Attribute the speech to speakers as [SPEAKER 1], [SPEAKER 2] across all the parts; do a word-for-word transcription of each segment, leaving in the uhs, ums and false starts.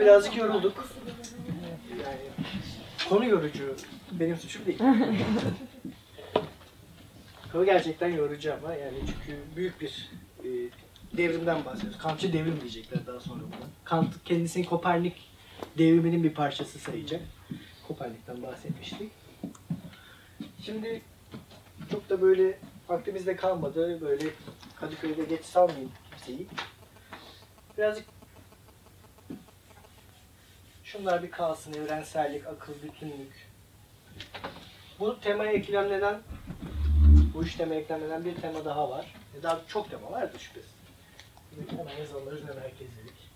[SPEAKER 1] Birazcık yorulduk. Yani konu yorucu. Benim suçum değil. Konu gerçekten yorucu ama yani çünkü büyük bir e, devrimden bahsediyoruz. Kantçı devrim diyecekler daha sonra buna. Kant kendisini Kopernik devriminin bir parçası sayacak. Kopernik'ten bahsetmiştik. Şimdi çok da böyle vaktimizde kalmadı. Böyle Kadıköy'de geç salmayayım kimseyi. Birazcık şunlar bir kalsın. Evrensellik, akıl, bütünlük. Bu temaya eklemlenen, bu üç temaya eklemlenen bir tema daha var. Daha çok tema var da şüphesiz. Hemen yazalım. Özne merkezlilik.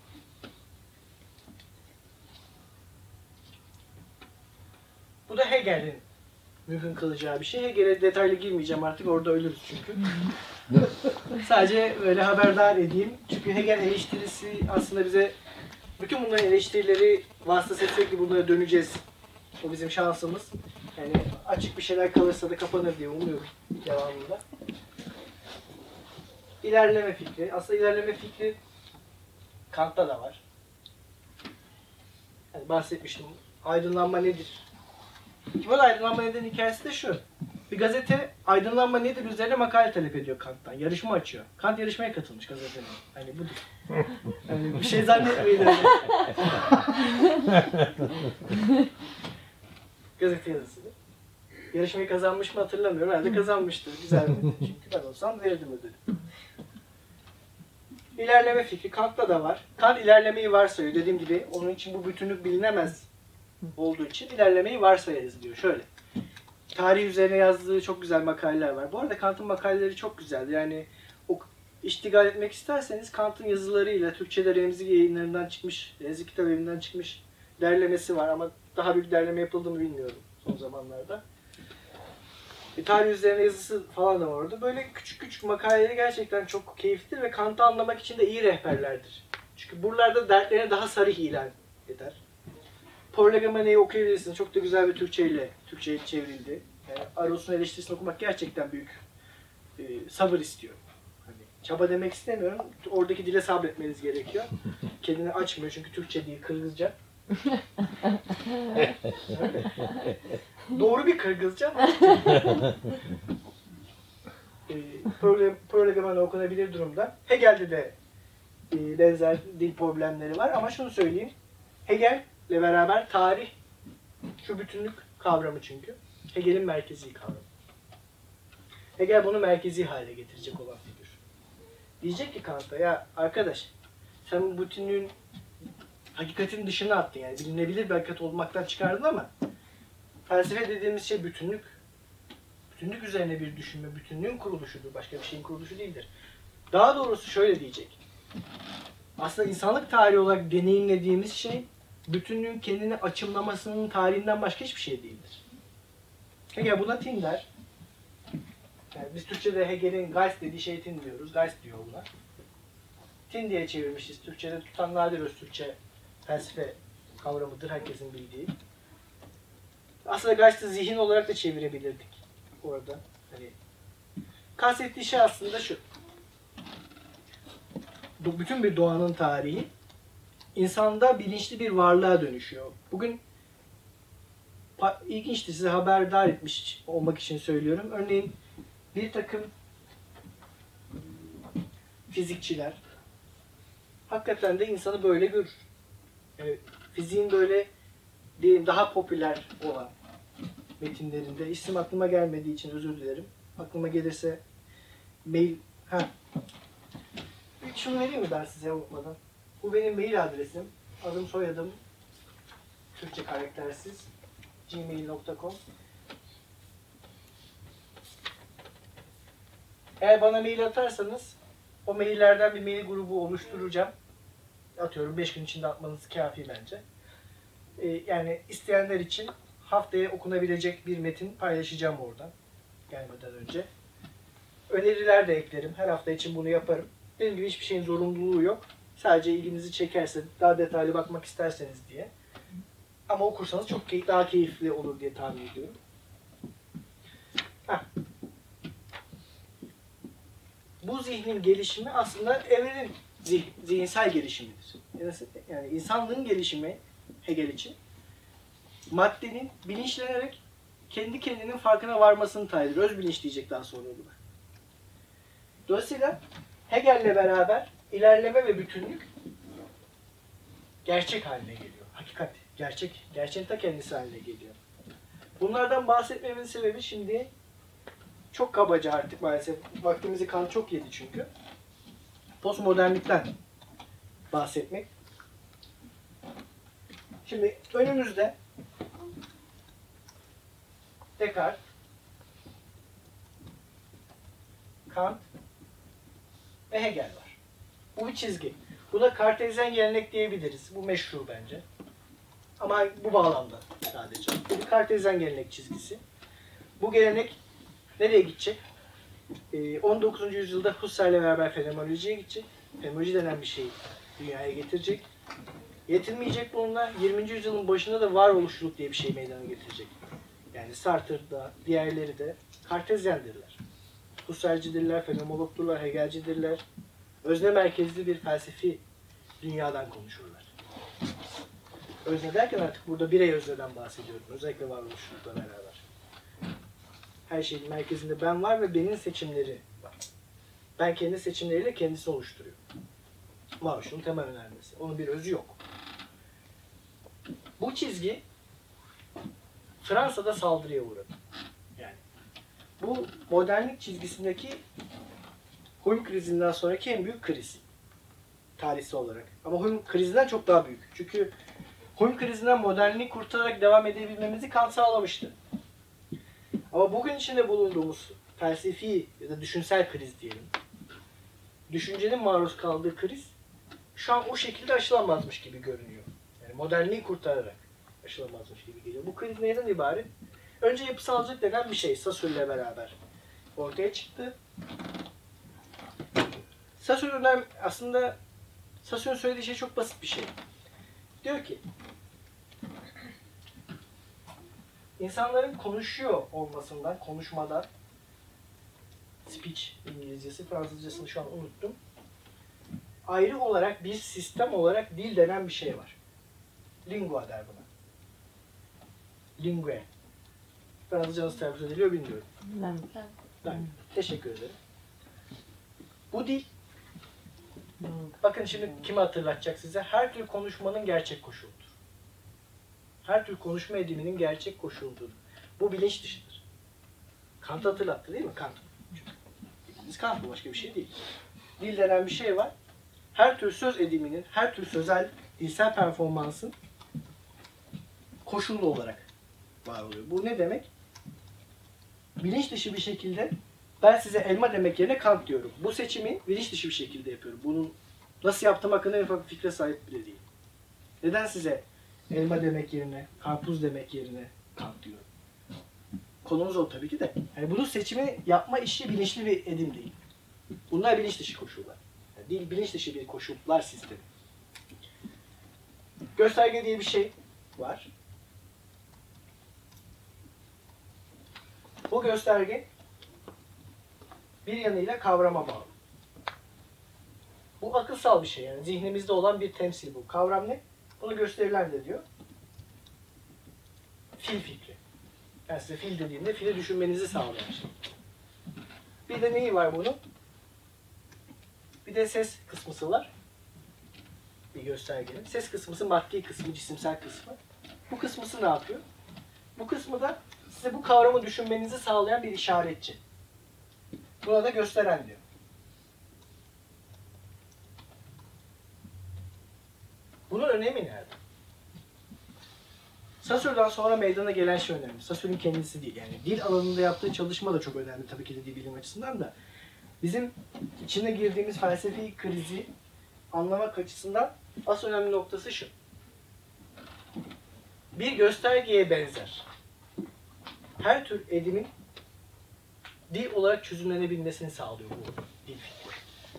[SPEAKER 1] Bu da Hegel'in mümkün kılacağı bir şey. Hegel'e detaylı girmeyeceğim artık. Orada ölürüz çünkü. Sadece böyle haberdar edeyim. Çünkü Hegel eleştirisi aslında bize bütün bunların eleştirileri vasıtasıyla sürekli bunlara döneceğiz. O bizim şansımız. Yani açık bir şeyler kalırsa da kapanır diye umuyorum devamında. İlerleme fikri. Aslında ilerleme fikri Kant'ta da var. Yani bahsetmiştim. Aydınlanma nedir? Ki bu aydınlanma nedir hikayesi de şu. Bir gazete aydınlanma nedir üzerine makale talep ediyor Kant'tan. Yarışma açıyor. Kant yarışmaya katılmış gazetenin. Hani budur. Yani bir şey zannetmeyin öyle. Gazete yazısını. Yarışmayı kazanmış mı hatırlamıyorum. Herhalde kazanmıştır. Güzel mi? Çünkü ben olsam verirdim ödülü. İlerleme fikri Kant'ta da var. Kant ilerlemeyi varsayıyor. Dediğim gibi onun için bu bütünlük bilinemez olduğu için ilerlemeyi varsayarız diyor. Şöyle. Tarih üzerine yazdığı çok güzel makaleler var. Bu arada Kant'ın makaleleri çok güzel. Yani o iştigal etmek isterseniz Kant'ın yazılarıyla Türkçe'de Remzi yayınlarından çıkmış, Remzi kitap evinden çıkmış derlemesi var ama daha büyük derleme yapıldı mı bilmiyorum son zamanlarda. E, tarih üzerine yazısı falan da var orada. Böyle küçük küçük makaleleri gerçekten çok keyiflidir ve Kant'ı anlamak için de iyi rehberlerdir. Çünkü buralarda dertlerini daha sarih ilan eder. Prolegomeni'yi okuyabilirsiniz. Çok da güzel bir Türkçe ile Türkçe'ye çevrildi. Yani Aros'un eleştirisini okumak gerçekten büyük e, sabır istiyor. Hani çaba demek istemiyorum. Oradaki dile sabretmeniz gerekiyor. Kendini açmıyor çünkü Türkçe değil, Kırgızca. Doğru bir Kırgızca. e, Prolegomeni okunabilir durumda. Hegel'de de e, benzer dil problemleri var ama şunu söyleyeyim. Hegel ile beraber tarih şu bütünlük kavramı çünkü. Hegel'in merkezi kavramı. Hegel bunu merkezi hale getirecek olan figür. Diyecek ki Kant'a ya arkadaş sen bu bütünlüğün hakikatin dışına attın yani bilinebilir bir hakikat olmaktan çıkardın ama felsefe dediğimiz şey bütünlük. Bütünlük üzerine bir düşünme, bütünlüğün kuruluşudur. Başka bir şeyin kuruluşu değildir. Daha doğrusu şöyle diyecek. Aslında insanlık tarihi olarak deneyimlediğimiz şey bütünlüğün kendini açımlamasının tarihinden başka hiçbir şey değildir. Hegel buna tin der. Yani biz Türkçe'de Hegel'in Geist dediği şey tin diyoruz. Geist diyor buna. Tin diye çevirmişiz. Türkçe'de tutan nadir Öztürkçe felsefe kavramıdır herkesin bildiği. Aslında Geist'i zihin olarak da çevirebilirdik orada. Hani kastettiği şey aslında şu. Bütün bir doğanın tarihi insanda bilinçli bir varlığa dönüşüyor. Bugün ilginçti, size haberdar etmiş olmak için söylüyorum. Örneğin bir takım fizikçiler hakikaten de insanı böyle görür. Yani fiziğin böyle diyelim daha popüler olan metinlerinde isim aklıma gelmediği için özür dilerim. Aklıma gelirse mail ha. Şunu vereyim mi ben size unutmadan? Bu benim mail adresim. Adım soyadım Türkçe karaktersiz gmail nokta com. Eğer bana mail atarsanız o maillerden bir mail grubu oluşturacağım. Atıyorum beş gün içinde atmanız kafi bence. Ee, yani isteyenler için haftaya okunabilecek bir metin paylaşacağım oradan gelmeden önce. Öneriler de eklerim. Her hafta için bunu yaparım. Dediğim gibi hiçbir şeyin zorunluluğu yok. Sadece ilginizi çekerse, daha detaylı bakmak isterseniz diye. Ama okursanız çok key- daha keyifli olur diye tahmin ediyorum. Heh. Bu zihnin gelişimi aslında evrenin zih- zihinsel gelişimidir. Yani insanlığın gelişimi Hegel için maddenin bilinçlenerek kendi kendinin farkına varmasını tayin ediyor. Öz bilinç diyecek daha sonra buna. Dolayısıyla Hegel'le beraber ilerleme ve bütünlük gerçek haline geliyor. Hakikat, gerçek, gerçeğin ta kendisi haline geliyor. Bunlardan bahsetmemin sebebi şimdi çok kabaca artık maalesef vaktimizi kan çok yedi çünkü. Postmodernlikten bahsetmek. Şimdi önümüzde Descartes, Kant ve Hegel var. Bu bir çizgi. Buna Kartezyen gelenek diyebiliriz. Bu meşru bence. Ama bu bağlamda sadece. Bu bir Kartezyen gelenek çizgisi. Bu gelenek nereye gidecek? on dokuzuncu yüzyılda Husserl'le beraber fenomenolojiye gidecek. Fenomenoloji denen bir şeyi dünyaya getirecek. Yetinmeyecek bununla. yirminci yüzyılın başında da varoluşçuluk diye bir şey meydana getirecek. Yani Sartre'da, diğerleri de Kartezyendirler. Husserlcidirler, fenomenologdurlar, Hegelcidirler. Özne merkezli bir felsefi dünyadan konuşurlar. Özne derken artık burada birey özneden bahsediyorum. Özellikle varoluşçulukla beraber. Her şeyin merkezinde ben var ve benim seçimleri var. Ben kendi seçimleriyle kendisini oluşturuyor. Varoluşçuluğun temel önermesi. Onun bir özü yok. Bu çizgi Fransa'da saldırıya uğradı. Yani bu modernlik çizgisindeki Hulm krizinden sonraki en büyük kriz. Tarihsel olarak. Ama Hulm krizinden çok daha büyük. Çünkü Hulm krizinden modernliği kurtararak devam edebilmemizi Kant sağlamıştı. Ama bugün içinde bulunduğumuz felsefi ya da düşünsel kriz diyelim. Düşüncenin maruz kaldığı kriz şu an o şekilde aşılamazmış gibi görünüyor. Yani modernliği kurtararak aşılamazmış gibi geliyor. Bu kriz neyden ibaret? Önce yapısalcılık denen bir şey Saussure'le beraber ortaya çıktı. Saussure'den aslında Saussure'un söylediği şey çok basit bir şey. Diyor ki insanların konuşuyor olmasından, konuşmadan, speech İngilizcesi, Fransızcasını şu an unuttum. Ayrı olarak bir sistem olarak dil denen bir şey var. Lingua der buna. Lingue. Fransızca nasıl telaffuz ediliyor bilmiyorum. Ben. Teşekkür ederim. Bu dil, bakın şimdi kimi hatırlatacak size? Her tür konuşmanın gerçek koşuludur. Her tür konuşma ediminin gerçek koşuludur. Bu bilinç dışıdır. Kant hatırlattı değil mi? Kant. Biz Kant bu, başka bir şey değil. Dil denen bir şey var. Her tür söz ediminin, her tür sözel, dilsel performansın koşullu olarak var oluyor. Bu ne demek? Bilinç dışı bir şekilde ben size elma demek yerine Kant diyorum. Bu seçimi bilinç dışı bir şekilde yapıyorum. Bunun nasıl yaptığım hakkında en ufak bir fikre sahip bile değilim. Neden size elma demek yerine, karpuz demek yerine Kant diyorum? Konumuz o tabii ki de. Yani bunun seçimi yapma işi bilinçli bir edim değil. Bunlar bilinç dışı koşullar. Yani dil bilinç dışı bir koşullar sistemi. Gösterge diye bir şey var. Bu gösterge bir yanıyla kavrama bağlı. Bu akılsal bir şey yani zihnimizde olan bir temsil bu. Kavram ne? Bunu gösterilen de diyor. Fil fikri. Yani size fil dediğimde fili düşünmenizi sağlayan şey. Bir de neyi var bunun? Bir de ses kısmısı var. Bir göstergenin. Ses kısmısı maddi kısmı, cisimsel kısmı. Bu kısmısı ne yapıyor? Bu kısmı da size bu kavramı düşünmenizi sağlayan bir işaretçi. Buna da gösteren diyor. Bunun önemi nerede? Saussure'dan sonra meydana gelen şey önemli. Saussure'un kendisi değil. Yani dil alanında yaptığı çalışma da çok önemli tabii ki de dil bilim açısından da. Bizim içine girdiğimiz felsefi krizi anlamak açısından asıl önemli noktası şu. Bir göstergeye benzer. Her tür edimin dil olarak çözümlenebilmesini sağlıyor bu dil fikri.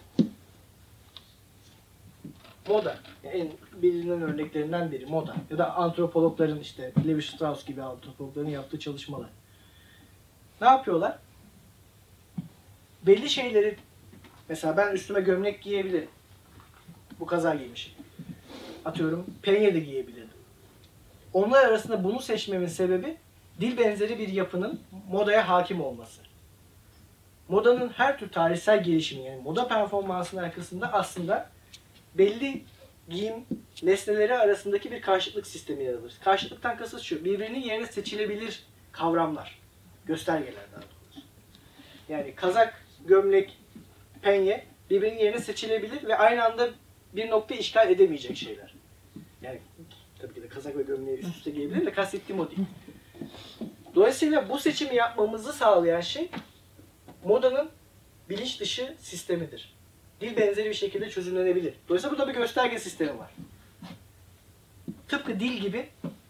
[SPEAKER 1] Moda, en bilinen örneklerinden biri moda. Ya da antropologların işte Levi Strauss gibi antropologların yaptığı çalışmalar. Ne yapıyorlar? Belli şeyleri, mesela ben üstüme gömlek giyebilirim. Bu kaza giymişim. atıyorum penye de giyebilirdim. Onlar arasında bunu seçmemin sebebi dil benzeri bir yapının modaya hakim olması. Modanın her tür tarihsel gelişimi, yani moda performansının arkasında aslında belli giyim nesneleri arasındaki bir karşıtlık sistemi yaratılır. Karşıtlıktan kasıt şu, birbirinin yerine seçilebilir kavramlar, göstergeler daha doğrusu. Yani kazak, gömlek, penye birbirinin yerine seçilebilir ve aynı anda bir nokta işgal edemeyecek şeyler. Yani tabii ki de kazak ve gömleği üst üste giyebilir de kastettiğim o değil. Dolayısıyla bu seçimi yapmamızı sağlayan şey modanın bilinç dışı sistemidir. Dil benzeri bir şekilde çözümlenebilir. Dolayısıyla burada bir gösterge sistemi var. Tıpkı dil gibi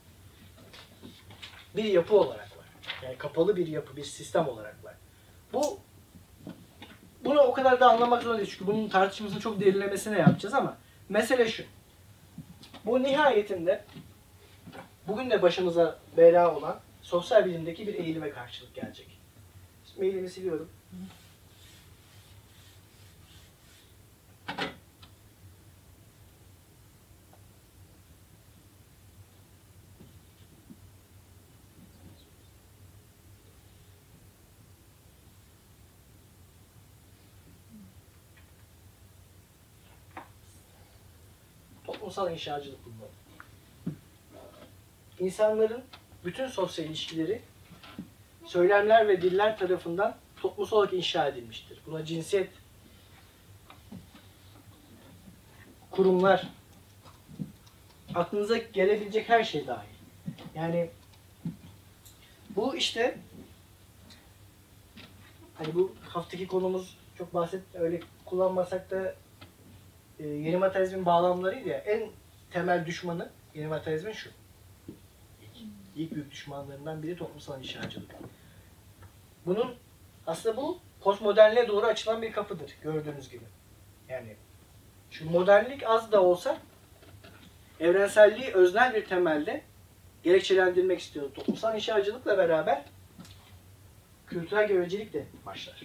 [SPEAKER 1] bir yapı olarak var. Yani kapalı bir yapı, bir sistem olarak var. Bu bunu o kadar da anlamak zorunda değil. Çünkü bunun tartışmasını çok derinlemesine yapacağız ama mesele şu. Bu nihayetinde bugün de başımıza bela olan sosyal bilimdeki bir eğilime karşılık gelecek. Mailimi siliyorum. Toplumsal inşacılık bunlar. İnsanların bütün sosyal ilişkileri söylemler ve diller tarafından toplumsal olarak inşa edilmiştir. Buna cinsiyet, kurumlar, aklınıza gelebilecek her şey dahil. Yani bu işte hani bu haftaki konumuz çok bahset öyle kullanmasak da e, yeni materyalizmin bağlamlarıydı ya, en temel düşmanı yeni materyalizmin şu. İlk, ilk büyük düşmanlarından biri toplumsal inşacılık. Bunun aslında bu postmodernliğe doğru açılan bir kapıdır gördüğünüz gibi. Yani şu modernlik az da olsa evrenselliği öznel bir temelde gerekçelendirmek istiyordu. Toplumsal inşacılıkla beraber kültürel görecilik de başlar.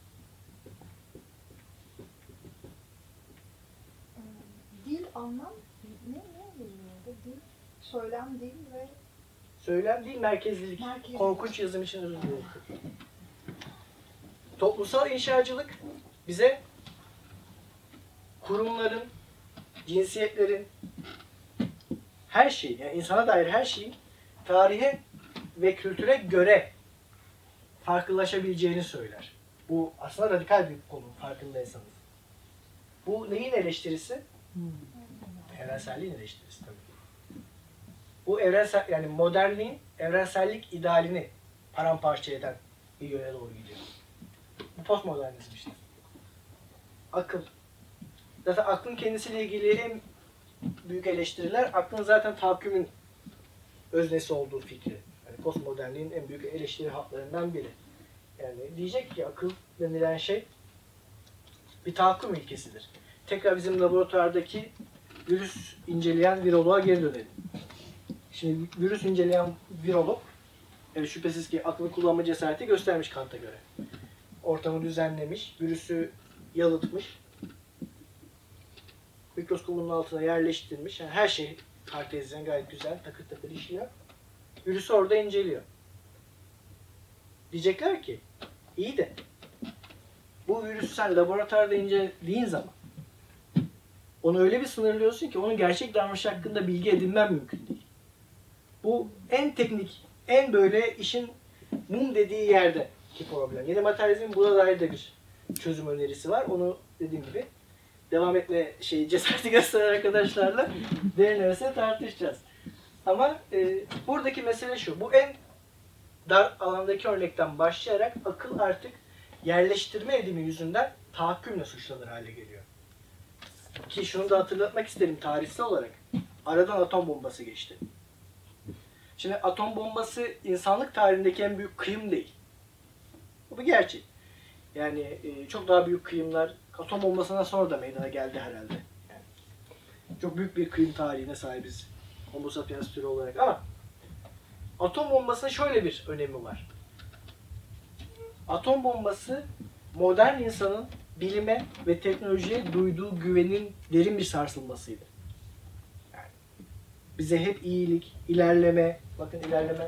[SPEAKER 2] Dil, anlam ne ne geliyordu? Dil, söylem, dil ve
[SPEAKER 1] Söylem değil, merkezlilik.
[SPEAKER 2] Merkezlilik.
[SPEAKER 1] Korkunç yazım için özür dilerim. Toplumsal inşacılık bize kurumların, cinsiyetlerin, her şeyin, yani insana dair her şeyin tarihe ve kültüre göre farklılaşabileceğini söyler. Bu aslında radikal bir konu, farkındaysanız. Bu neyin eleştirisi? Hmm. Evrenselliğin eleştirisi tabii. Bu evrensel, yani modernliğin evrensellik idealini paramparça eden bir yöne doğru gidiyor. Bu postmodernizm işte. Akıl. Zaten aklın kendisiyle ilgili en büyük eleştiriler, aklın zaten tahakkümün öznesi olduğu fikri. Yani postmodernliğin en büyük eleştiri hatlarından biri. Yani diyecek ki akıl denilen şey bir tahakküm ilkesidir. Tekrar bizim laboratuvardaki virüs inceleyen viroloğa geri dönelim. Şimdi virüs inceleyen virolog, evet, şüphesiz ki aklını kullanma cesareti göstermiş Kant'a göre. Ortamı düzenlemiş, virüsü yalıtmış, mikroskobunun altına yerleştirmiş. Yani her şey kartezyen gayet güzel, takır takır işliyor. Virüsü orada inceliyor. Diyecekler ki, iyi de bu virüsü sen laboratuvarda incelediğin zaman onu öyle bir sınırlıyorsun ki onun gerçek davranış hakkında bilgi edinmen mümkün değil. Bu en teknik, en böyle işin mum dediği yerdeki problem. Yeni materyalizmin buna dair de bir çözüm önerisi var. Onu dediğim gibi devam etme şeyi cesareti gösteren arkadaşlarla derinlemesine tartışacağız. Ama e, buradaki mesele şu. Bu en dar alandaki örnekten başlayarak akıl artık yerleştirme edimi yüzünden tahakkümle suçlanır hale geliyor. Ki şunu da hatırlatmak isterim tarihsel olarak. Aradan atom bombası geçti. Şimdi atom bombası insanlık tarihindeki en büyük kıyım değil. Bu bir gerçek. Yani e, çok daha büyük kıyımlar atom bombasından sonra da meydana geldi herhalde. Yani çok büyük bir kıyım tarihine sahibiz Homo sapiens türü olarak ama atom bombasının şöyle bir önemi var. Atom bombası modern insanın bilime ve teknolojiye duyduğu güvenin derin bir sarsılmasıydı. Yani bize hep iyilik, ilerleme, bakın ilerleme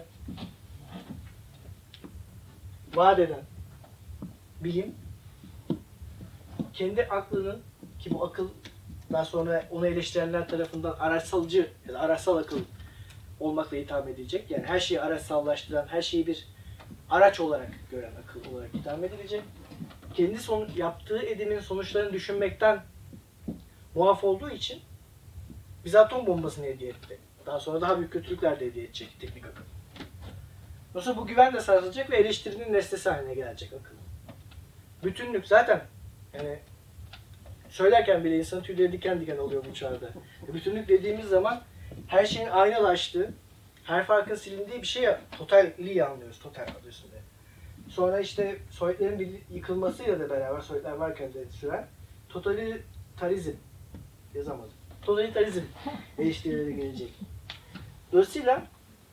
[SPEAKER 1] vaat eden bilim, kendi aklının, ki bu akıl daha sonra onu eleştirenler tarafından araçsalcı ya da araçsal akıl olmakla itham edilecek. Yani her şeyi araçsallaştıran, her şeyi bir araç olarak gören akıl olarak itham edilecek. Kendi son, yaptığı edimin sonuçlarını düşünmekten muaf olduğu için bize atom bombasını hediye etti. Daha sonra daha büyük kötülükler de hediye edecek teknik akıl. Dolayısıyla bu güven de sarsılacak ve eleştirinin nesnesi haline gelecek akıl. Bütünlük zaten yani söylerken bile insanın tüyleri diken diken oluyor bu çağda. Bütünlük dediğimiz zaman her şeyin aynalaştığı, her farkın silindiği bir şey totalliği anlıyoruz, total adı üstünde. Sonra işte Sovyetlerin yıkılmasıyla da beraber, Sovyetler varken de süren totalitarizm yazamadım. Totalitarizm eleştirileri gelecek. Dolayısıyla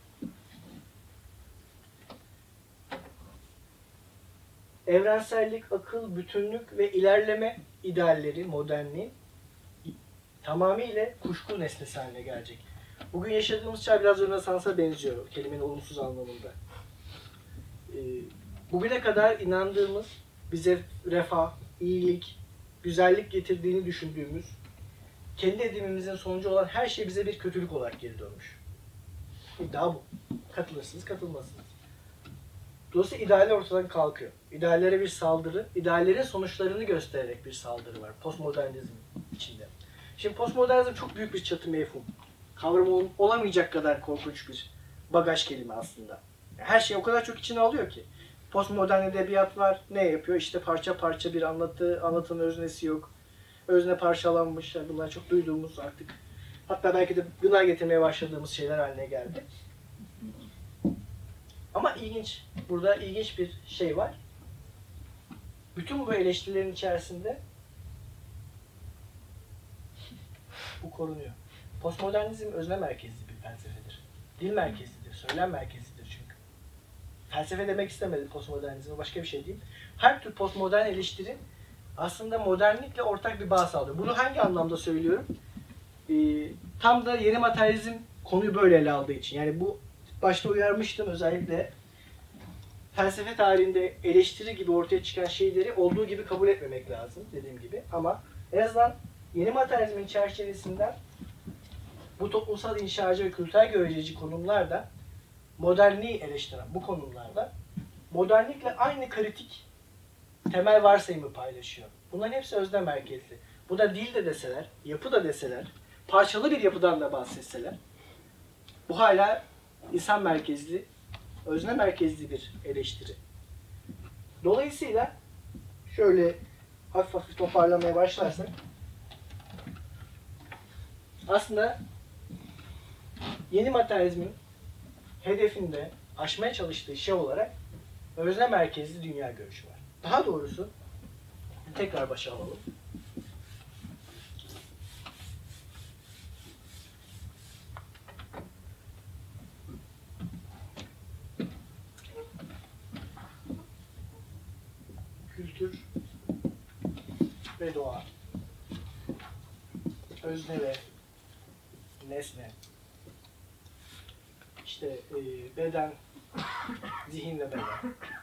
[SPEAKER 1] evrensellik, akıl, bütünlük ve ilerleme idealleri, modernliği tamamıyla kuşku nesnesi haline gelecek. Bugün yaşadığımız çağ biraz Rönesans'a benziyor kelimenin olumsuz anlamında. Ee, bugüne kadar inandığımız, bize refah, iyilik, güzellik getirdiğini düşündüğümüz, kendi edimimizin sonucu olan her şey bize bir kötülük olarak geri dönmüş. İddia bu. Katılırsınız, katılmazsınız. Dolayısıyla idealler ortadan kalkıyor. İdeallere bir saldırı, ideallerin sonuçlarını göstererek bir saldırı var postmodernizm içinde. Şimdi postmodernizm çok büyük bir çatı mefhum. Kavramı olamayacak kadar korkunç bir bagaj kelime aslında. Her şey o kadar çok içine alıyor ki. Postmodern edebiyat var. Ne yapıyor? İşte parça parça bir anlatı, anlatının öznesi yok. Özne parçalanmış. Yani bunlar çok duyduğumuz artık. Hatta belki de gına getirmeye başladığımız şeyler haline geldi. Ama ilginç, burada ilginç bir şey var. Bütün bu eleştirilerin içerisinde bu korunuyor. Postmodernizm özne merkezli bir felsefedir. Dil merkezlidir, söylem merkezlidir çünkü. Felsefe demek istemedim postmodernizme, başka bir şey değil. Her tür postmodern eleştiri aslında modernlikle ortak bir bağ sağlıyor. Bunu hangi anlamda söylüyorum? Ee, tam da yeni materyalizm konuyu böyle ele aldığı için. Yani bu başta uyarmıştım özellikle. Felsefe tarihinde eleştiri gibi ortaya çıkan şeyleri olduğu gibi kabul etmemek lazım dediğim gibi. Ama en azından yeni materyalizmin çerçevesinden bu toplumsal inşacı ve kültürel görececi konumlarda modernliği eleştiren bu konumlarda modernlikle aynı kritik temel varsayımı paylaşıyor. Bunların hepsi özne merkezli. Bu da dil de deseler, yapı da deseler, parçalı bir yapıdan da bahsetseler bu hala insan merkezli, özne merkezli bir eleştiri. Dolayısıyla şöyle hafif hafif toparlamaya başlarsak aslında yeni materyalizmin hedefinde aşmaya çalıştığı şey olarak özne merkezli dünya görüşü var. Daha doğrusu tekrar başa alalım. Kültür ve doğa, özne ve nesne, işte e, beden, zihin ve beden,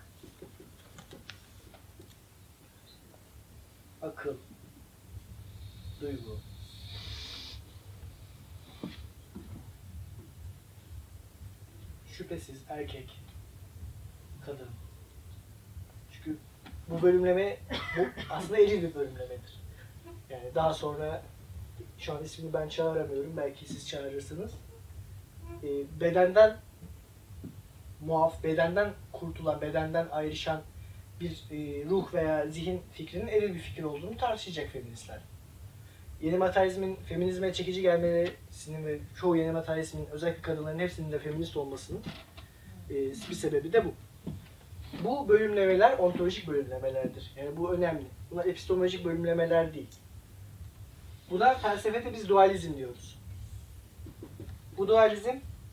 [SPEAKER 1] akıl, duygu, şüphesiz erkek, kadın. Çünkü bu bölümleme bu aslında eril bir bölümlemedir. Yani daha sonra şu an ismini ben çağıramıyorum. Belki siz çağırırsınız. E, bedenden muaf, bedenden kurtulan, bedenden ayrışan bir e, ruh veya zihin fikrinin eril bir fikir olduğunu tartışacak feministler. Yeni materyalizmin feminizme çekici gelmesinin ve çoğu yeni materyalizmin, özellikle kadınların hepsinin de feminist olmasının e, bir sebebi de bu. Bu bölümlemeler ontolojik bölümlemelerdir. Yani bu önemli. Bunlar epistemolojik bölümlemeler değil. Buna felsefede biz dualizm diyoruz. Bu dualizm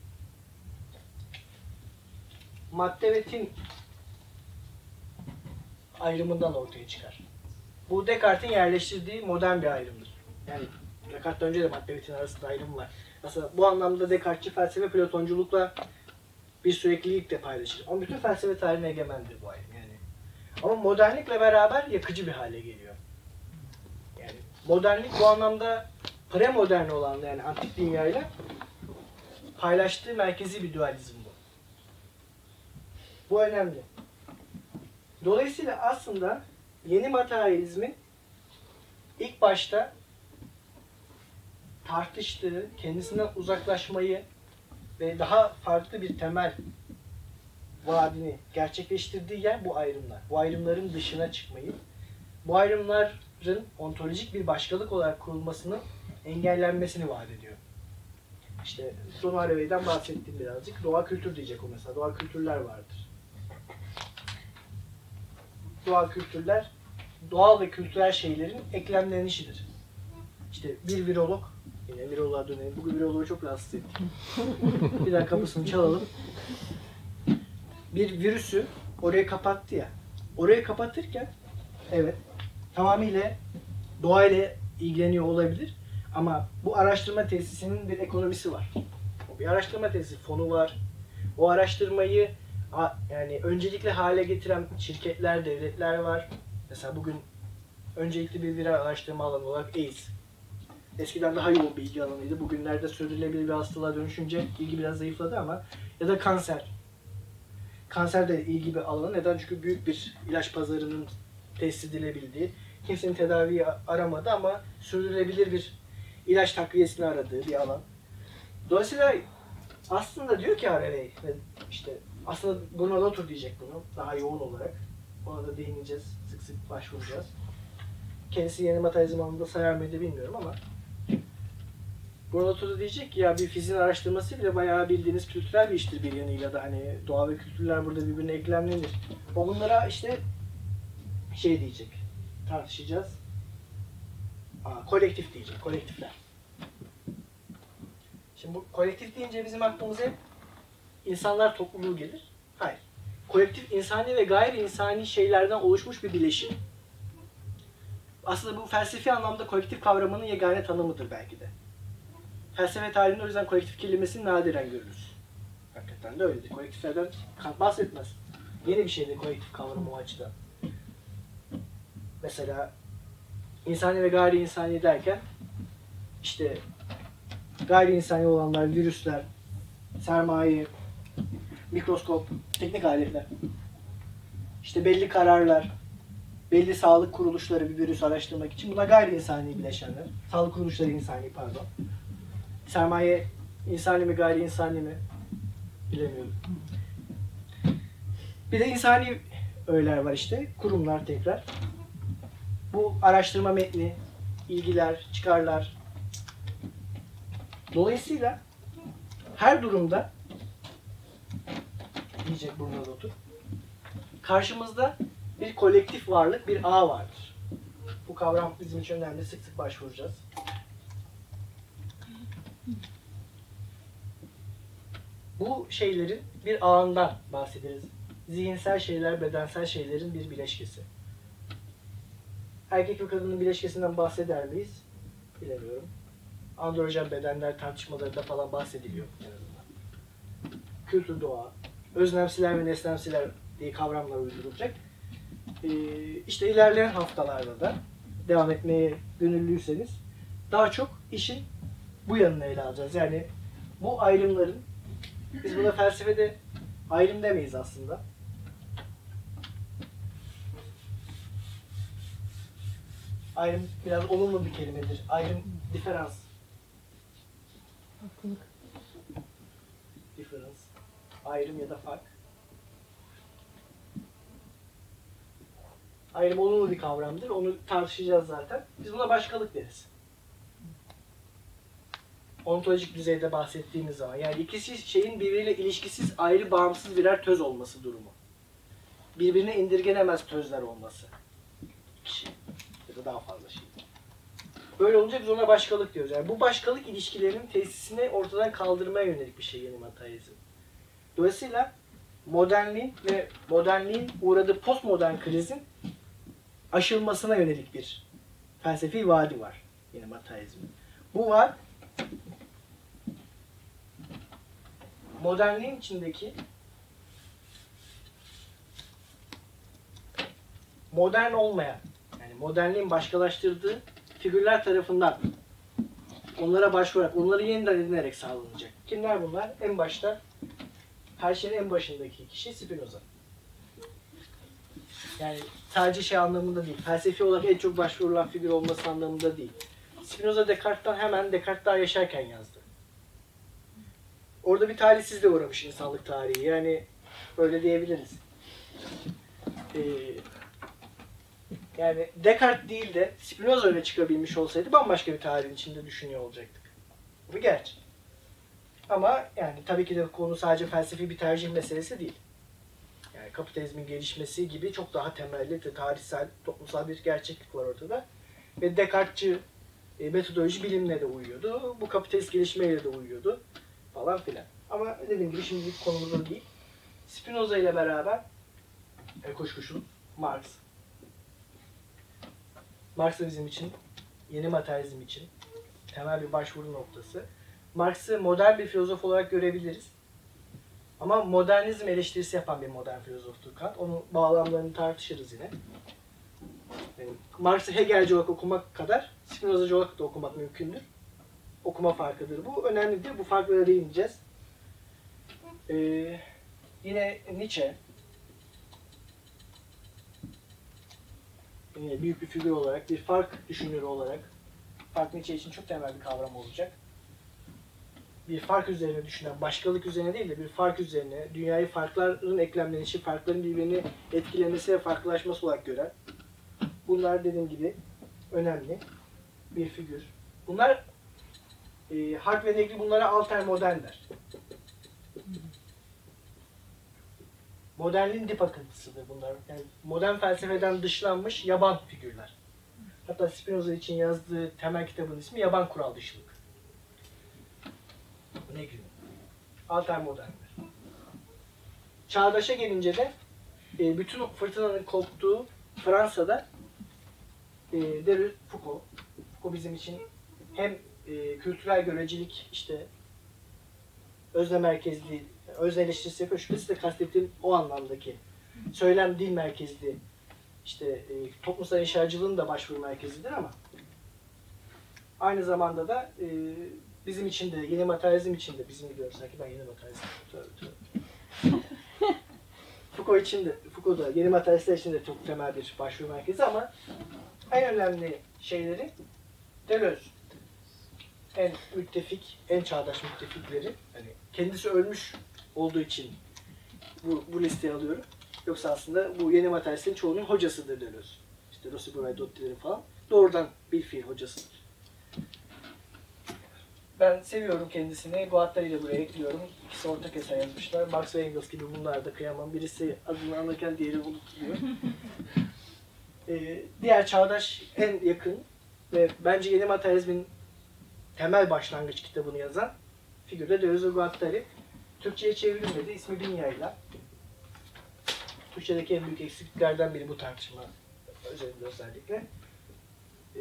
[SPEAKER 1] madde ve tin ayrımından ortaya çıkar. Bu Descartes'in yerleştirdiği modern bir ayrımdır. Yani Descartes'ten önce de madde ve tin arasında ayrım var. Aslında bu anlamda Descartes'çi felsefe Platonculukla bir süreklilik de paylaşır. Ama bütün felsefe tarihine egemendir bu ayrım yani. Ama modernlikle beraber yakıcı bir hale geliyor. Yani modernlik bu anlamda premodern olan yani antik dünyayla paylaştığı merkezi bir dualizm bu. Bu önemli. Dolayısıyla aslında yeni materyalizmin ilk başta tartıştığı, kendisinden uzaklaşmayı ve daha farklı bir temel vaadini gerçekleştirdiği yer bu ayrımlar. Bu ayrımların dışına çıkmayı, bu ayrımların ontolojik bir başkalık olarak kurulmasının engellenmesini vaat ediyor. İşte Don Haraway'den bahsettim birazcık. Doğa kültür diyecek o mesela. Doğa kültürler vardır. Doğal kültürler, doğal ve kültürel şeylerin eklemlenişidir. İşte bir virolog, yine viroloğa dönelim. Bugün viroloğu çok rahatsız ettik. Bir daha kapısını çalalım. Bir virüsü oraya kapattı ya. Orayı kapatırken, evet, tamamıyla doğayla ilgileniyor olabilir. Ama bu araştırma tesisinin bir ekonomisi var. Bir araştırma tesisi fonu var. O araştırmayı yani öncelikli hale getiren şirketler, devletler var. Mesela bugün öncelikli bir viral araştırma alanı olarak AIDS. Eskiden daha yoğun bir ilgi alanıydı. Bugünlerde sürdürülebilir bir hastalığa dönüşünce ilgi biraz zayıfladı ama ya da kanser. Kanser de ilgi bir alanı. Neden? Çünkü büyük bir ilaç pazarının tesis edilebildiği, kimsenin tedaviyi aramadı ama sürdürülebilir bir ilaç takviyesini aradığı bir alan. Dolayısıyla aslında diyor ki Haraway, işte aslında Bruno Latour diyecek bunu daha yoğun olarak. Ona da değineceğiz, sık sık başvuracağız. Kendisi yeni materyalizm alanında sayar mıydı bilmiyorum ama Bruno Latour da diyecek ki ya bir fiziğin araştırması bile bayağı bildiğiniz kültürel bir iştir bir yanıyla da hani doğa ve kültürler burada birbirine eklemlenir. O bunlara işte şey diyecek, tartışacağız. Aa, kolektif diyecek, kolektifler. Şimdi bu kolektif deyince bizim aklımıza hep insanlar topluluğu gelir. Hayır. Kolektif insani ve gayri insani şeylerden oluşmuş bir bileşim. Aslında bu felsefi anlamda kolektif kavramının yegane tanımıdır belki de. Felsefe tarihinde o yüzden kolektif kelimesini nadiren görürüz. Hakikaten de öyledir. Kolektiflerden Kant bahsetmez. Yeni bir şeydir kolektif kavramı o açıdan. Mesela insani ve gayri insani derken işte gayri insani olanlar, virüsler, sermaye, mikroskop, teknik aletler, işte belli kararlar, belli sağlık kuruluşları bir virüs araştırmak için bunlar gayri insani bileşenler. Sağlık kuruluşları insani pardon. Sermaye insani mi gayri insani mi bilemiyorum. Bir de insani öğeler var işte, kurumlar tekrar. Bu araştırma metni, ilgiler, çıkarlar. Dolayısıyla her durumda diyecek Bruno Latour, karşımızda bir kolektif varlık, bir ağ vardır. Bu kavram bizim için önemli, sık sık başvuracağız. Bu şeylerin bir ağından bahsederiz. Zihinsel şeyler, bedensel şeylerin bir bileşkesi. Erkek ve kadının bileşkesinden bahseder miyiz? Bilemiyorum. Androjen bedenler tartışmalarında falan bahsediliyor en azından. Kültür, doğa, öznemsiler ve nesnemsiler diye kavramlar uydurulacak. Ee, işte ilerleyen haftalarda da devam etmeye gönüllüyseniz daha çok işin bu yanını ele alacağız. Yani bu ayrımların, biz buna felsefede ayrım demeyiz aslında. Ayrım biraz olumlu bir kelimedir. Ayrım, diferans. Difference. Ayrım ya da fark. Ayrım olumlu bir kavramdır. Onu tartışacağız zaten. Biz buna başkalık deriz. Ontolojik düzeyde bahsettiğimiz zaman. Yani ikisi şeyin birbiriyle ilişkisiz, ayrı, bağımsız birer töz olması durumu. Birbirine indirgenemez tözler olması. Kişi. Ya da daha fazla şey. Böyle olunca biz ona başkalık diyoruz. Yani bu başkalık ilişkilerinin tesisini ortadan kaldırmaya yönelik bir şey yeni materyalizm. Dolayısıyla modernliğin ve modernliğin uğradığı postmodern krizin aşılmasına yönelik bir felsefi vaadi var yeni materyalizmin. Bu vaat modernliğin içindeki modern olmayan, yani modernliğin başkalaştırdığı figürler tarafından onlara başvurarak, onları yeniden edinerek sağlanacak. Kimler bunlar? En başta, her şeyin en başındaki kişi Spinoza. Yani sadece şey anlamında değil, felsefi olarak en çok başvurulan figür olması anlamında değil. Spinoza Descartes'tan hemen Descartes daha yaşarken yazdı. Orada bir talihsizliğe uğramış insanlık tarihi. Yani öyle diyebiliriz. Ee, yani Descartes değil de Spinoza öne çıkabilmiş olsaydı bambaşka bir tarihin içinde düşünüyor olacaktık. Bu bir gerçek. Ama yani tabii ki de konu sadece felsefi bir tercih meselesi değil. Yani kapitalizmin gelişmesi gibi çok daha temelli, tarihsel, toplumsal bir gerçeklik var ortada. Ve Descartes'çı e, metodoloji bilimle de uyuyordu. Bu kapitalist gelişmeyle de uyuyordu. Falan filan. Ama dediğim gibi şimdilik konumuz o değil. Spinoza ile beraber e, kuşkusuz Marx. Marx da bizim için, yeni materyalizm için temel bir başvuru noktası. Marx'ı modern bir filozof olarak görebiliriz. Ama modernizm eleştirisi yapan bir modern filozoftur Kant. Onun bağlamlarını tartışırız yine. Yani Marx'ı Hegelci olarak okumak kadar Spinozacı olarak da okumak mümkündür. Okuma farkıdır bu. Önemlidir. Bu farklara değineceğiz. Ee, yine Nietzsche. Yine büyük bir figür olarak, bir fark düşünürü olarak. Fark Nietzsche için çok temel bir kavram olacak. Bir fark üzerine düşünen, başkalık üzerine değil de bir fark üzerine, dünyayı farkların eklemlenişi, farkların birbirini etkilemesi ve farklılaşması olarak gören. Bunlar dediğim gibi önemli bir figür. Bunlar, e, Hart ve Negri bunlara altermodern der. Modernliğin dip akıntısıdır bunlar. Yani modern felsefeden dışlanmış yaban figürler. Hatta Spinoza için yazdığı temel kitabın ismi Yaban Kural Dışılık. Negri. Altermodernler. Çağdaşa gelince de e, bütün fırtınanın koptuğu Fransa'da e, Deleuze, Foucault. Foucault bizim için hem e, kültürel görecilik, işte özne merkezli, özne eleştirisi yapıyor. Şüphesiz de kastettiğim o anlamdaki söylem dil merkezli, işte e, toplumsal inşacılığın da başvuru merkezidir ama aynı zamanda da e, bizim için de, yeni materyalizm için de, bizim biliyoruz sanki ben yeni materyalizm. Tövbe tövbe. Foucault için de, Foucault da yeni materyalistler için de çok temel bir başvuru merkezi ama en önemli şeyleri Deleuze. En müttefik, en çağdaş müttefikleri, hani kendisi ölmüş olduğu için bu, bu listeye alıyorum. Yoksa aslında bu yeni materyalistlerin çoğunun hocasıdır Deleuze. İşte Rossibora ve Dotti'lerin falan. Doğrudan bir fiil hocasıdır. Ben seviyorum kendisini. Guattari ile buraya ekliyorum. İkisi ortak eser yazmışlar. Marx ve Engels gibi bunlar da kıyamam. Birisi adını anlarken diğeri unutuluyor. ee, diğer çağdaş en yakın ve bence yeni materyalizmin temel başlangıç kitabını yazan figür de Deleuze ve Guattari. Türkçe'ye çevrilmedi. İsmi Binya'yla. Türkçedeki en büyük eksikliklerden biri bu tartışma özelinde özellikle. Ee,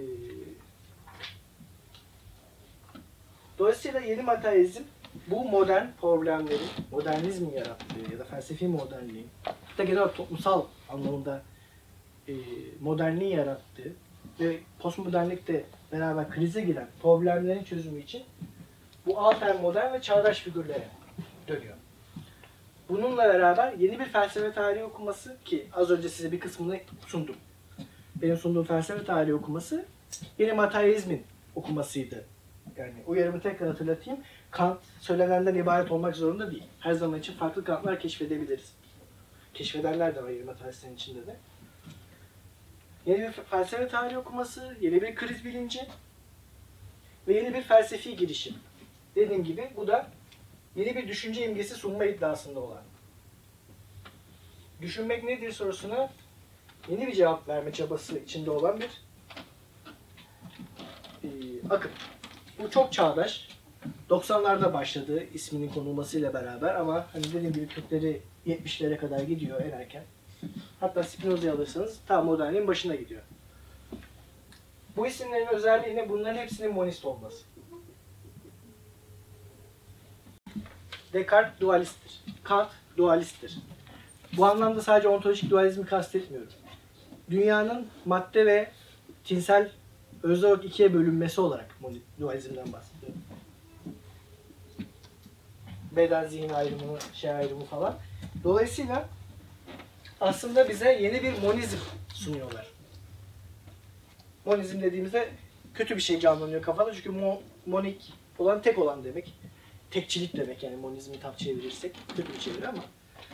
[SPEAKER 1] dolayısıyla yeni materyalizm bu modern problemleri, modernizmin yarattığı ya da felsefi modernliğin, hatta genel olarak toplumsal anlamda e, modernliğin yarattığı ve postmodernlikte beraber krize giren problemlerin çözümü için bu altermodern ve çağdaş figürlere dönüyor. Bununla beraber yeni bir felsefe tarihi okuması, ki az önce size bir kısmını sundum. Benim sunduğum felsefe tarihi okuması yeni materyalizmin okumasıydı. Yani uyarımı tekrar hatırlatayım. Kant söylenenden ibaret olmak zorunda değil. Her zaman için farklı Kantlar keşfedebiliriz. Keşfedenler de var yeni materyalistlerin içinde de. Yeni bir felsefe tarihi okuması, yeni bir kriz bilinci ve yeni bir felsefi girişim. Dediğim gibi bu da yeni bir düşünce imgesi sunma iddiasında olan. Düşünmek nedir sorusuna yeni bir cevap verme çabası içinde olan bir e, akım. Bu çok çağdaş. doksanlarda başladı isminin konulmasıyla beraber ama hani dediğim gibi kökleri yetmişlere kadar gidiyor en erken. Hatta Spinoza'yı alırsanız tam modernliğin başına gidiyor. Bu isimlerin özelliği ne? Bunların hepsinin monist olması. Descartes dualisttir. Kant dualisttir. Bu anlamda sadece ontolojik dualizmi kastetmiyorum. Dünyanın madde ve tinsel özel olarak ikiye bölünmesi olarak dualizmden bahsediyorum. Beden, zihin ayrımı, şey ayrımı falan. Dolayısıyla aslında bize yeni bir monizm sunuyorlar. Monizm dediğimizde kötü bir şey canlanıyor kafada çünkü mo, monik olan tek olan demek. Tekçilik demek yani monizmi tam çevirirsek kötü bir çeviri ama.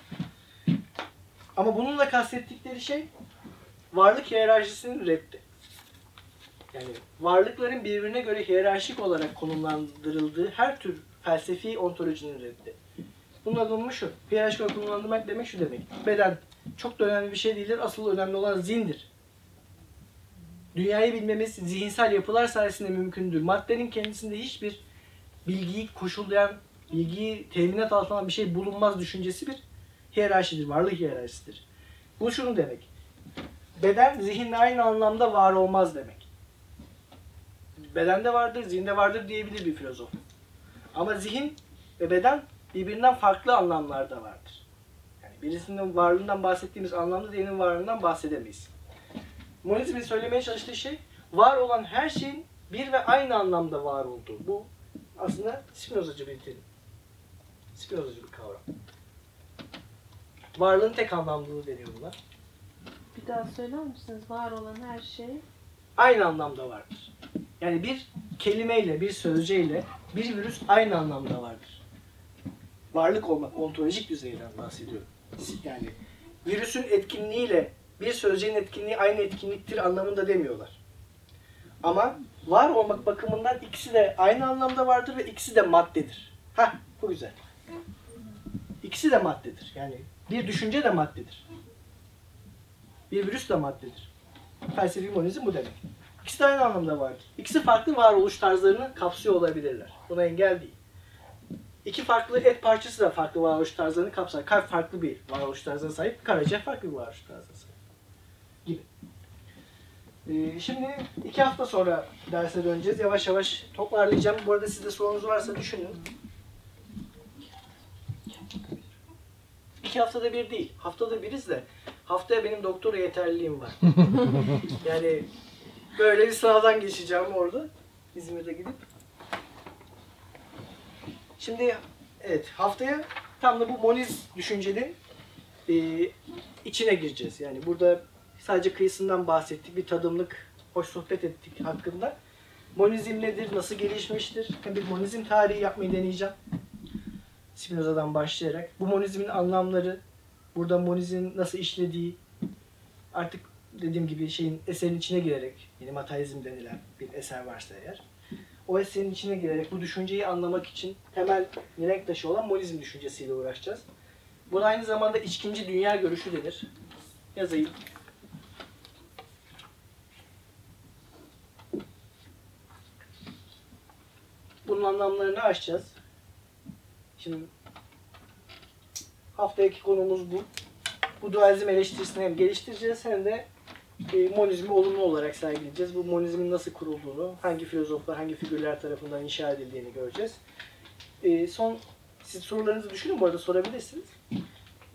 [SPEAKER 1] Ama bununla kastettikleri şey varlık hiyerarşisinin reddi. Yani varlıkların birbirine göre hiyerarşik olarak konumlandırıldığı her tür felsefi ontolojinin reddi. Bunun adımı şu. Hiyerarşik olarak konumlandırmak demek şu demek. Beden çok da önemli bir şey değildir. Asıl önemli olan zihindir. Dünyayı bilmemiz zihinsel yapılar sayesinde mümkündür. Maddenin kendisinde hiçbir bilgiyi koşullayan, bilgiyi teminat altına alan bir şey bulunmaz düşüncesi bir hiyerarşidir. Varlık hiyerarşisidir. Bu şunu demek. Beden zihinle aynı anlamda var olmaz demek. Bedende vardır, zihinde vardır diyebilir bir filozof. Ama zihin ve beden birbirinden farklı anlamlarda vardır. Yani birisinin varlığından bahsettiğimiz anlamda diğerinin varlığından bahsedemeyiz. Monizmin söylemeye çalıştığı şey, var olan her şeyin bir ve aynı anlamda var olduğu. Bu aslında Spinozacı bir terim. Spinozacı bir kavram. Varlığın tek anlamlılığı deniyor buna.
[SPEAKER 3] Bir daha söyler misiniz? Var olan her şey
[SPEAKER 1] Aynı anlamda vardır. Yani bir kelimeyle, bir sözceyle bir virüs aynı anlamda vardır. Varlık olmak, ontolojik düzeyden bahsediyorum. Yani virüsün etkinliğiyle bir sözcüğün etkinliği aynı etkinliktir anlamında demiyorlar. Ama var olmak bakımından ikisi de aynı anlamda vardır ve ikisi de maddedir. Hah, bu güzel. İkisi de maddedir. Yani bir düşünce de maddedir. Bir virüs de maddedir. Felsefi monizm bu demek. İkisi de aynı anlamda vardır. İkisi farklı varoluş tarzlarını kapsıyor olabilirler. Buna engel değil. İki farklı et parçası da farklı varoluş tarzlarını kapsar. Kalp farklı bir varoluş tarzına sahip, karaciğer farklı bir varoluş tarzına sahip. Gibi. Ee, şimdi iki hafta sonra derse döneceğiz. Yavaş yavaş toparlayacağım. Bu arada sizde sorunuz varsa düşünün. İki haftada bir değil. Haftada biriz de haftaya benim doktora yeterliliğim var. Yani böyle bir sınavdan geçeceğim orada. İzmir'de gidip. Şimdi evet haftaya tam da bu moniz düşüncenin e, içine gireceğiz. Yani burada sadece kıyısından bahsettik. Bir tadımlık, hoş sohbet ettik hakkında. Monizm nedir? Nasıl gelişmiştir? Hem bir monizm tarihi yapmayı deneyeceğim. Spinoza'dan başlayarak. Bu monizmin anlamları, burada monizmin nasıl işlediği, artık dediğim gibi şeyin eserin içine girerek, yani materyalizm denilen bir eser varsa eğer, o eserin içine girerek bu düşünceyi anlamak için temel mihenk taşı olan monizm düşüncesiyle uğraşacağız. Buna aynı zamanda içkinci dünya görüşü denir. Yazayım. Bunun anlamlarını açacağız. Şimdi haftaki konumuz bu. Bu dualizm eleştirisini hem geliştireceğiz hem de e, monizmi olumlu olarak sergileyeceğiz. Bu monizmin nasıl kurulduğunu, hangi filozoflar, hangi figürler tarafından inşa edildiğini göreceğiz. E, son, siz sorularınızı düşünün, bu arada sorabilirsiniz. E,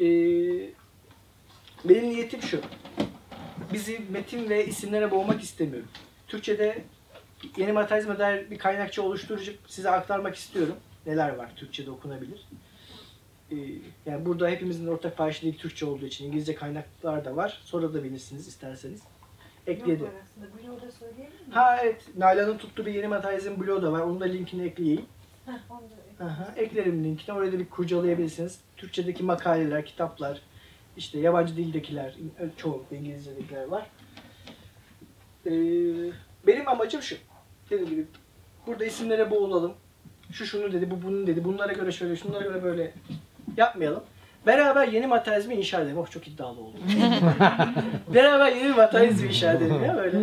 [SPEAKER 1] benim niyetim şu. Bizi metin ve isimlere boğmak istemiyorum. Türkçe'de yeni materyalizme dair bir kaynakça oluşturucu size aktarmak istiyorum. Neler var Türkçe'de okunabilir. Ee, yani burada hepimizin ortak paylaştığı Türkçe olduğu için İngilizce kaynaklar da var. Sonra da bilirsiniz isterseniz. Ekledim.
[SPEAKER 2] Blog'da söyleyebilir miyim?
[SPEAKER 1] Ha evet. Nalan'ın tuttuğu bir yeni materyalizm bloğu da var. Onun da linkini ekleyeyim.
[SPEAKER 2] Heh, onu da
[SPEAKER 1] Aha, eklerim linkini. Oraya da bir kurcalayabilirsiniz. Türkçedeki makaleler, kitaplar, işte yabancı dildekiler, çoğunlukla İngilizcedekiler var. Ee, benim amacım şu. Dediğim gibi burada isimlere boğulalım. Şu şunu dedi, bu bunun dedi. Bunlara göre şöyle, şunlara göre böyle yapmayalım. Beraber yeni materyalizmi inşa edelim. Oh çok iddialı oldu. Beraber yeni materyalizmi inşa edelim ya böyle.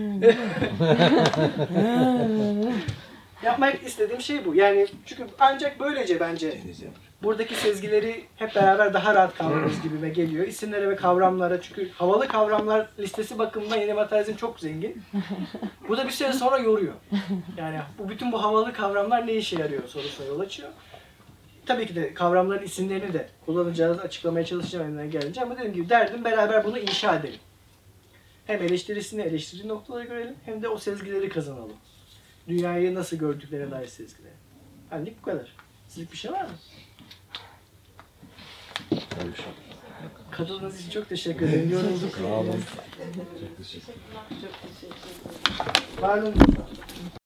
[SPEAKER 1] Yapmak istediğim şey bu. Yani çünkü ancak böylece bence buradaki sezgileri hep beraber daha rahat kavrarız gibime geliyor. İsimlere ve kavramlara, çünkü havalı kavramlar listesi bakımından yeni materyalizm çok zengin. Bu da bir süre sonra yoruyor. Yani bu bütün bu havalı kavramlar ne işe yarıyor sorusuna yol açıyor. tabii ki de kavramların isimlerini de kullanacağız, açıklamaya çalışacağım elimden gelince ama dediğim gibi derdim beraber bunu inşa edelim. Hem eleştirisini eleştiri noktaları görelim hem de o sezgileri kazanalım. Dünyayı nasıl gördüklerine dair sezgileri. Benlik bu kadar. Sizlik bir şey var mı? Katıldığınız için çok teşekkür ederim. Yorulduk.
[SPEAKER 4] Sağ olun. Çok teşekkür
[SPEAKER 3] Çok teşekkür ederim.
[SPEAKER 1] Var olun.